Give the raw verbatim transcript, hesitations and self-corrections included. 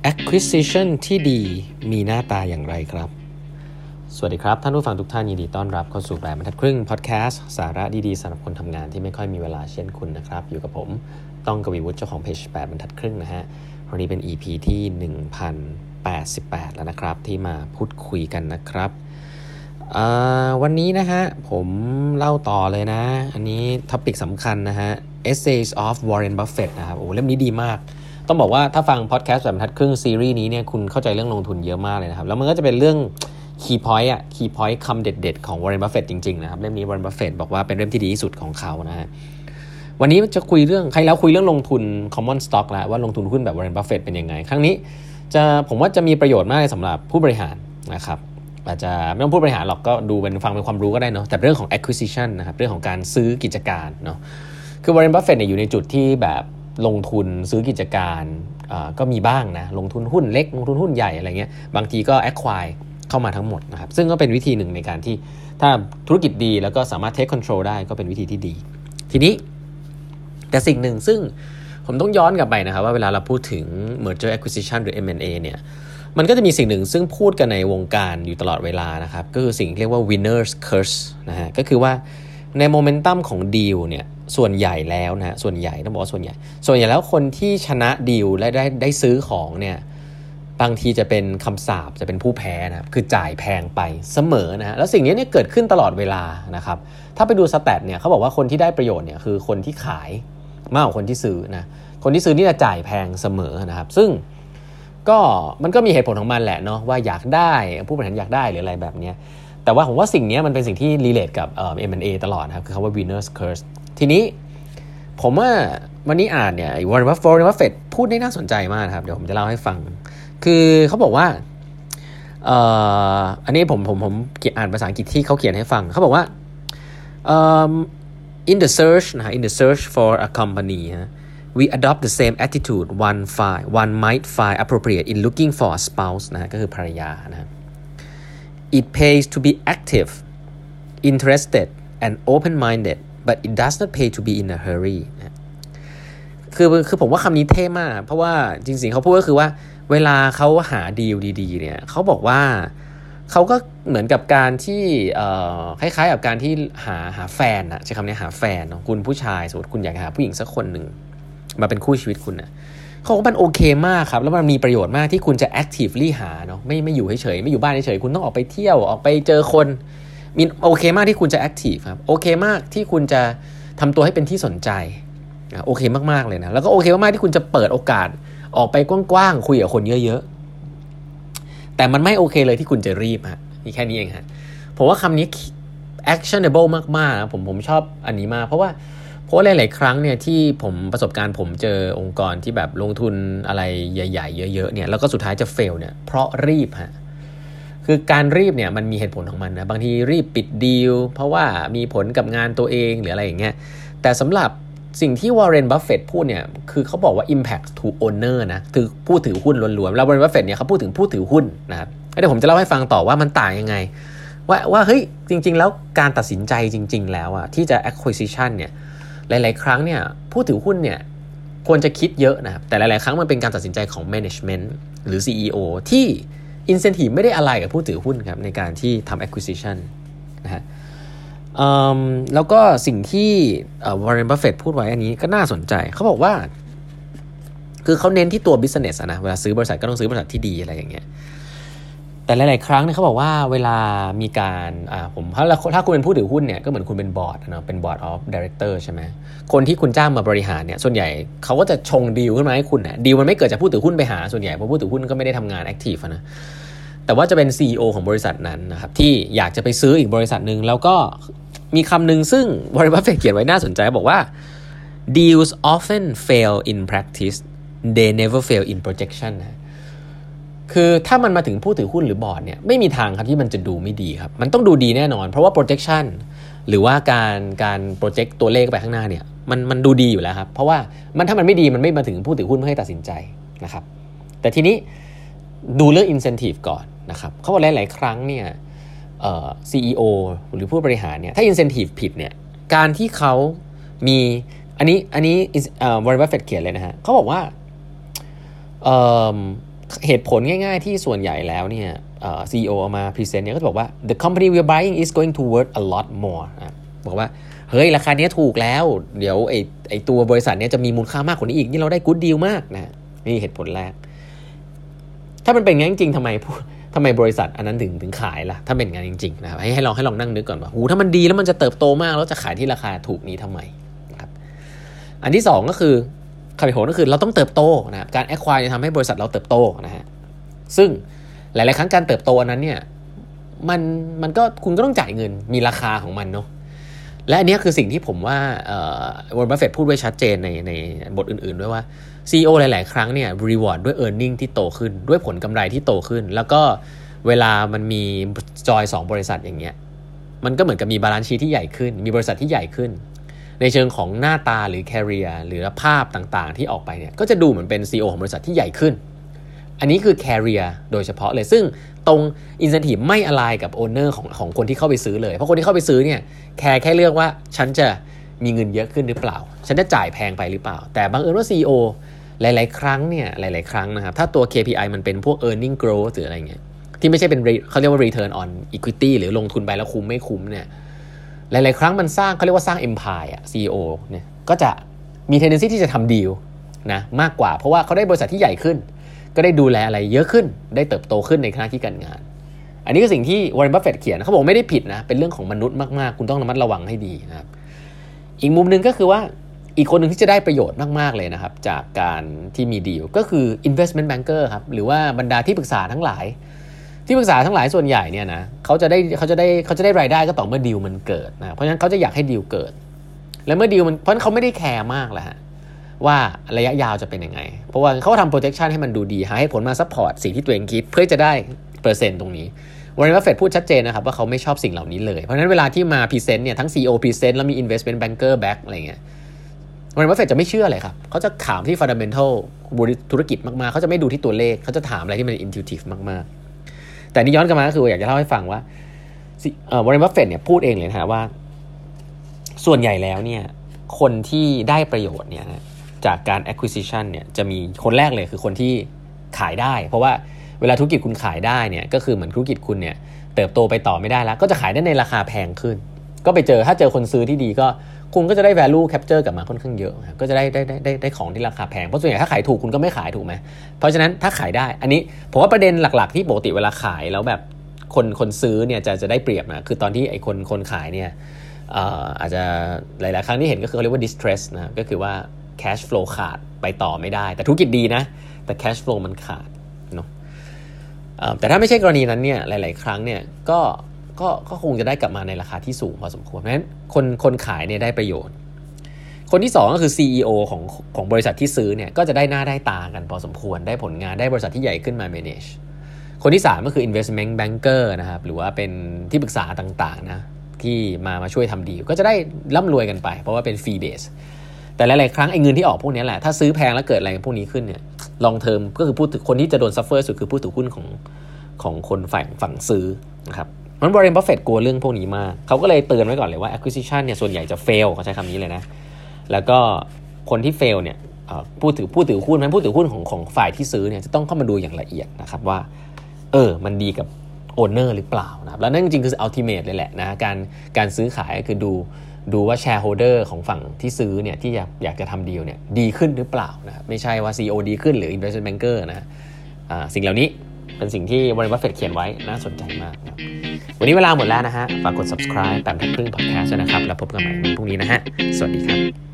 acquisition ที่ดีมีหน้าตาอย่างไรครับสวัสดีครับท่านผู้ฟังทุกท่านยินดีต้อนรับเข้าสู่แปดบรรทัดครึ่งพอดแคสต์สาระดีๆสำหรับคนทำงานที่ไม่ค่อยมีเวลาเช่นคุณนะครับอยู่กับผมต้องกวีวุฒิเจ้าของเพจแปดบรรทัดครึ่งนะฮะวันนี้เป็น อี พี ที่ หนึ่งพันแปดสิบแปด แล้วนะครับที่มาพูดคุยกันนะครับวันนี้นะฮะผมเล่าต่อเลยนะอันนี้ท็อปิกสำคัญนะฮะ Essays of Warren Buffett นะครับโอ้เล่มนี้ดีมากต้องบอกว่าถ้าฟังพอดแคสต์แบบบรรทัดครึ่งซีรีส์นี้เนี่ยคุณเข้าใจเรื่องลงทุนเยอะมากเลยนะครับแล้วมันก็จะเป็นเรื่อง key point อ่ะ key point คำเด็ดๆของ Warren Buffett จริงๆนะครับเล่มนี้ Warren Buffett บอกว่าเป็นเล่มที่ดีที่สุดของเขานะฮะวันนี้จะคุยเรื่องใครแล้วคุยเรื่องลงทุน common stock แล้วว่าลงทุนหุ้นแบบ Warren Buffett เป็นยังไงครั้งนี้จะผมว่าจะมีประโยชน์มากสำหรับผู้บริหารนะครับอาจจะไม่ต้องผู้บริหารหรอกก็ดูเป็นฟังเป็นความรู้ก็ได้เนาะแต่เรื่องของ acquisition นะครับเรื่องของการซื้อกิจการเนาะคือ Warren Buffett เนี่ยอยู่ในจุดที่แบบลงทุนซื้อกิจการก็มีบ้างนะลงทุนหุ้นเล็กลงทุนหุ้นใหญ่อะไรเงี้ยบางทีก็ acquire เข้ามาทั้งหมดนะครับซึ่งก็เป็นวิธีหนึ่งในการที่ถ้าธุรกิจดีแล้วก็สามารถ take control ได้ก็เป็นวิธีที่ดีทีนี้แต่สิ่งหนึ่งซึ่งผมต้องย้อนกลับไปนะครับว่าเวลาเราพูดถึง merger acquisition หรือ เอ็ม แอนด์ เอ เนี่ยมันก็จะมีสิ่งหนึ่งซึ่งพูดกันในวงการอยู่ตลอดเวลานะครับก็คือสิ่งที่เรียกว่า winner's curse นะฮะก็คือว่าในโมเมนตัมของดีลเนี่ยส่วนใหญ่แล้วนะส่วนใหญ่ต้องบอกว่าส่วนใหญ่ส่วนใหญ่แล้วคนที่ชนะดีลและได้ได้ซื้อของเนี่ยบางทีจะเป็นคำสาปจะเป็นผู้แพ้นะครับคือจ่ายแพงไปเสมอนะแล้วสิ่งนี้เนี่ยเกิดขึ้นตลอดเวลานะครับถ้าไปดูสแตทเนี่ยเขาบอกว่าคนที่ได้ประโยชน์เนี่ยคือคนที่ขายมากกว่าคนที่ซื้อนะคนที่ซื้อนี่จะจ่ายแพงเสมอนะครับซึ่งก็มันก็มีเหตุผลของมันแหละเนาะว่าอยากได้ผู้บริหารอยากได้หรืออะไรแบบนี้แต่ว่าผมว่าสิ่งนี้มันเป็นสิ่งที่ relate กับเอ่อ เอ็ม แอนด์ เอ ตลอดนะครับคือคำว่า winner's curse ทีนี้ผมว่าวันนี้อ่านเนี่ยวอร์เรน บัฟเฟตต์พูดได้น่าสนใจมากครับเดี๋ยวผมจะเล่าให้ฟังคือเขาบอกว่าเอ่ออันนี้ผมผมผมอ่านภาษาอังกฤษที่เขาเขียนให้ฟังเขาบอกว่า um, in the search นะ in the search for a company we adopt the same attitude one find one might find appropriate in looking for a spouse นะก็คือภรรยานะ it pays to be active interested and open-minded but it does not pay to be in a hurry นะคือคือผมว่าคำนี้เท่มากเพราะว่าจริงๆเขาพูดก็คือว่าเวลาเขาหาดีลดีๆเนี่ยเขาบอกว่าเขาก็เหมือนกับการที่คล้ายๆกับการที่หาหาแฟนนะใช้คำนี้หาแฟนคุณผู้ชายสมมติคุณอยากหาผู้หญิงสักคนหนึ่งมาเป็นคู่ชีวิตคุณนะเขาบอกว่ามันโอเคมากครับแล้วมันมีประโยชน์มากที่คุณจะ actively หาเนาะไม่ไม่อยู่เฉยๆไม่อยู่บ้านเฉยๆคุณต้องออกไปเที่ยวออกไปเจอคนมีโอเคมากที่คุณจะ active ครับโอเคมากที่คุณจะทำตัวให้เป็นที่สนใจโอเคมากๆเลยนะแล้วก็โอเคมากๆที่คุณจะเปิดโอกาสออกไปกว้างๆคุยกับคนเยอะๆแต่มันไม่โอเคเลยที่คุณจะรีบฮะนี่แค่นี้เองฮะผมว่าคำนี้ actionable มากๆนะผมผมชอบอันนี้มากเพราะว่าเพราะหลายๆครั้งเนี่ยที่ผมประสบการณ์ผมเจอองค์กรที่แบบลงทุนอะไรใหญ่ๆเยอะๆเนี่ยแล้วก็สุดท้ายจะเฟลเนี่ยเพราะรีบฮะคือการรีบเนี่ยมันมีเหตุผลของมันนะบางทีรีบปิดดีลเพราะว่ามีผลกับงานตัวเองหรืออะไรอย่างเงี้ยแต่สำหรับสิ่งที่วอร์เรน บัฟเฟตต์พูดเนี่ยคือเขาบอกว่า impact to owner นะคือผู้ถือหุ้นล้วนๆแล้ววอร์เรน บัฟเฟตต์เนี่ยเขาพูดถึงผู้ถือหุ้นนะครับเดี๋ยวผมจะเล่าให้ฟังต่อว่ามันต่างยังไงว่าว่าเฮ้ยจริงๆแล้วการตัดสินใจจริงๆแล้วอะที่จะ acquisition เนี่ยหลายๆครั้งเนี่ยผู้ถือหุ้นเนี่ยควรจะคิดเยอะนะครับแต่หลายๆครั้งมันเป็นการตัดสินใจของ management หรือ ซี อี โอ ที่ incentive ไม่ได้อะไรกับผู้ถือหุ้นครับในการที่ทำ acquisition นะฮะแล้วก็สิ่งที่วอร์เรน บัฟเฟตต์พูดไว้อันนี้ก็น่าสนใจเขาบอกว่าคือเขาเน้นที่ตัว business นะเวลาซื้อบริษัทก็ต้องซื้อบริษัทที่ดีอะไรอย่างเงี้ยแต่หลายๆครั้งเนี่ยเขาบอกว่าเวลามีการอ่าผมถ้าถ้าคุณเป็นผู้ถือหุ้นเนี่ยก็เหมือนคุณเป็นบอร์ดเนาะเป็น board of director ใช่ไหมคนที่คุณจ้างมาบริหารเนี่ยส่วนใหญ่เขาก็จะชงดีลขึ้นมาให้คุณนะดีลมันไม่เกิดจากผู้ถือหุ้นไปหาส่วนใหญ่เพราะผู้ถือหุ้นก็ไม่ได้ทำงาน active นะแต่ว่าจะเป็น ซี อี โอ ของบริษัทนั้นนะครับที่อยากจะไปซื้ออีกบริษัทนึงแล้วก็มีคำหนึ่งซึ่งวอร์เรน บัฟเฟตต์เขียนไว้น่าสนใจบอกว่า deals often fail in practice they never fail in projection นะคือถ้ามันมาถึงผู้ถือหุ้นหรือบอร์ดเนี่ยไม่มีทางครับที่มันจะดูไม่ดีครับมันต้องดูดีแน่นอนเพราะว่า projection หรือว่าการการ project ตัวเลขไปข้างหน้าเนี่ยมันมันดูดีอยู่แล้วครับเพราะว่ามันถ้ามันไม่ดีมันไม่มาถึงผู้ถือหุ้นเพื่อให้ตัดสินใจนะครับแต่ทีนี้ดูเรื่อง incentive ก่อนนะครับเขาบอกหลายๆครั้งเนี่ยเอ่อ ซี อี โอ หรือผู้บริหารเนี่ยถ้า incentive ผิดเนี่ยการที่เขามีอันนี้อันนี้เอ่อ Warren Buffett เขียนเลยนะฮะเขาบอกว่าเอ่อเหตุผลง่ายๆที่ส่วนใหญ่แล้วเนี่ยเอ่อ ซี อี โอ เอามาพรีเซนต์เนี่ยก็จะบอกว่า the company we are buying is going to worth a lot more นะบอกว่าเฮ้ยราคานี้ถูกแล้วเดี๋ยวไอ้ไอ้ตัวบริษัทเนี้ยจะมีมูลค่ามากกว่านี้อีกนี่เราได้ good deal มากนะนี่เหตุผลแรกถ้ามันเป็นงั้นจริงๆทำไมทำไมบริษัทอันนั้นถึงถึงขายล่ะถ้าเป็นงั้นจริงๆนะครับให้ให้ลองให้ลองนั่งนึกก่อนว่าหูถ้ามันดีแล้วมันจะเติบโตมากแล้วจะขายที่ราคาถูกนี้ทำไมนะครับอันที่สองก็คือคำเหตุผลก็คือเราต้องเติบโตนะครับการ acquire จะทำให้บริษัทเราเติบโตนะฮะซึ่งหลายๆครั้งการเติบโตนั้นเนี่ยมันมันก็คุณก็ต้องจ่ายเงินมีราคาของมันเนาะและอันนี้คือสิ่งที่ผมว่าวอร์เรน บัฟเฟตต์พูดไว้ชัดเจนในในบทอื่นๆด้วยว่า ซี อี โอ หลายๆครั้งเนี่ยรีวอร์ดด้วย earning ที่โตขึ้นด้วยผลกำไรที่โตขึ้นแล้วก็เวลามันมีจอยสองบริษัทอย่างเงี้ยมันก็เหมือนกับมีบาลานซ์ชีทที่ใหญ่ขึ้นมีบริษัทที่ใหญ่ขึ้นในเชิงของหน้าตาหรือ career หรือภาพต่างๆที่ออกไปเนี่ยก็จะดูเหมือนเป็น ซี อี โอ ของบริษัทที่ใหญ่ขึ้นอันนี้คือ career โดยเฉพาะเลยซึ่งตรง incentive ไม่ align กับ owner ของของคนที่เข้าไปซื้อเลยเพราะคนที่เข้าไปซื้อเนี่ยแค่แค่เลือกว่าฉันจะมีเงินเยอะขึ้นหรือเปล่าฉันจะจ่ายแพงไปหรือเปล่าแต่บังเอิญว่า ซี อี โอ หลายๆครั้งเนี่ยหลายๆครั้งนะครับถ้าตัว เค พี ไอ มันเป็นพวก earning growth หรืออะไรเงี้ยที่ไม่ใช่เป็นเขาเรียกว่า return on equity หรือลงทุนไปแล้วคุ้มไม่คุ้มเนี่ยหลายๆครั้งมันสร้างเขาเรียกว่าสร้าง empire อ่ะ ซี อี โอ เนี่ยก็จะมี tendency ที่จะทำ deal นะมากกว่าเพราะว่าเขาได้บริษัทที่ใหญ่ขึ้นก็ได้ดูแลอะไรเยอะขึ้นได้เติบโตขึ้นในหน้าที่การงานอันนี้คือสิ่งที่วอร์เรน บัฟเฟตต์เขียนเขาบอกไม่ได้ผิดนะเป็นเรื่องของมนุษย์มากๆคุณต้องระมัดระวังให้ดีนะครับอีกมุมนึงก็คือว่าอีกคนหนึ่งที่จะได้ประโยชน์มากๆเลยนะครับจากการที่มีดีลก็คือ investment banker ครับหรือว่าบรรดาที่ปรึกษาทั้งหลายที่ปรึกษาทั้งหลายส่วนใหญ่เนี่ยนะเขาจะได้เขาจะได้เขาจะได้รายได้ก็ต่อเมื่อดีลมันเกิดนะเพราะฉะนั้นเขาจะอยากให้ดีลเกิดและเมื่อดีลมันเพราะฉะนั้นเขาไม่ได้แคร์มากแล้วฮะว่าระยะยาวจะเป็นยังไงเพราะว่าเขาทำ projection ให้มันดูดีหาให้ผลมา support สิ่งที่ตัวเองคิดเพื่อจะได้เปอร์เซ็นต์ตรงนี้วอร์เรน บัฟเฟตต์พูดชัดเจนนะครับว่าเขาไม่ชอบสิ่งเหล่านี้เลยเพราะฉะนั้นเวลาที่มาพรีเซนต์เนี่ยทั้ง ซี อี โอ พรีเซนต์แล้วมี investment banker back อะไรเงี้ยวอร์เรน บัฟเฟตต์จะไม่เชื่อเลยครับเขาจะถามที่ fundamental ธุรกิจมากๆเขาจะไม่ดูที่ตัวเลขเขาจะถามอะไรที่มัน intuitive มากๆแต่นี่ย้อนกลับมาก็คืออยากจะเล่าให้ฟังว่าวอร์เรน บัฟเฟตต์เนี่ยพูดเองเลยนะว่าส่วนใหญ่แล้วเนี่ยคนที่ได้ประโยชน์เนี่ยนะจากการ acquisition เนี่ยจะมีคนแรกเลยคือคนที่ขายได้เพราะว่าเวลาธุรกิจคุณขายได้เนี่ยก็คือเหมือนธุรกิจคุณเนี่ยเติบโตไปต่อไม่ได้แล้วก็จะขายได้ในราคาแพงขึ้นก็ไปเจอถ้าเจอคนซื้อที่ดีก็คุณก็จะได้ value capture กลับมาค่อนข้างเยอะก็จะได้ได้ได้ได้ของที่ราคาแพงเพราะส่วนใหญ่ถ้าขายถูกคุณก็ไม่ขายถูกไหมเพราะฉะนั้นถ้าขายได้อันนี้ผมว่าประเด็นหลักๆที่ปกติเวลาขายแล้วแบบคนคนซื้อเนี่ยจะจะได้เปรียบนะคือตอนที่ไอ้คนคนขายเนี่ยอ่าอาจจะหลายๆครั้งที่เห็นก็คือเขาเรียกว่า distress นะก็คือว่าcash flow ขาดไปต่อไม่ได้แต่ธุรกิจดีนะแต่ cash flow มันขาดเนาะแต่ถ้าไม่ใช่กรณีนั้นเนี่ยหลายๆครั้งเนี่ยก็ก็ก็คงจะได้กลับมาในราคาที่สูงพอสมควรเพราะฉะนั้นคนคนขายเนี่ยได้ประโยชน์คนที่สองก็คือ ซี อี โอ ของของบริษัทที่ซื้อเนี่ยก็จะได้หน้าได้ตากันพอสมควรได้ผลงานได้บริษัทที่ใหญ่ขึ้นมา manage คนที่สามก็คือ investment banker นะครับหรือว่าเป็นที่ปรึกษาต่างๆนะที่มามาช่วยทำดีลก็จะได้ร่ำรวยกันไปเพราะว่าเป็น fee baseแต่หลายๆครั้งไอ้เงินที่ออกพวกนี้แหละถ้าซื้อแพงแล้วเกิดอะไรพวกนี้ขึ้นเนี่ย long term ก็คือผู้คนที่จะโดน suffer สุดคือผู้ถือหุ้นของของคนฝั่งฝั่งซื้อนะครับมันวอร์เรน บัฟเฟตต์กลัวเรื่องพวกนี้มากเขาก็เลยเตือนไว้ก่อนเลยว่า acquisition เนี่ยส่วนใหญ่จะ fail เขาใช้คำนี้เลยนะแล้วก็คนที่ fail เนี่ยผู้ถือผู้ถือหุ้นนั้นผู้ถือหุ้นของของฝ่ายที่ซื้อเนี่ยจะต้องเข้ามาดูอย่างละเอียดนะครับว่าเออมันดีกับ owner หรือเปล่านะครับแล้วนั่นจริงๆคือ ultimate เลยแหละนะการการซื้อขายก็คือดูดูว่า shareholder ของฝั่งที่ซื้อเนี่ยที่อยากอยากจะทำดีลเนี่ยดีขึ้นหรือเปล่านะครับไม่ใช่ว่า ซี อี โอ ดีขึ้นหรือ investment banker นะอ่าสิ่งเหล่านี้เป็นสิ่งที่วอร์เรน บัฟเฟตต์เขียนไว้น่าสนใจมากนะวันนี้เวลาหมดแล้วนะฮะฝากกด subscribe ตามทักครึ่ง podcast นะครับแล้วพบกันใหม่วันพรุ่งนี้นะฮะสวัสดีครับ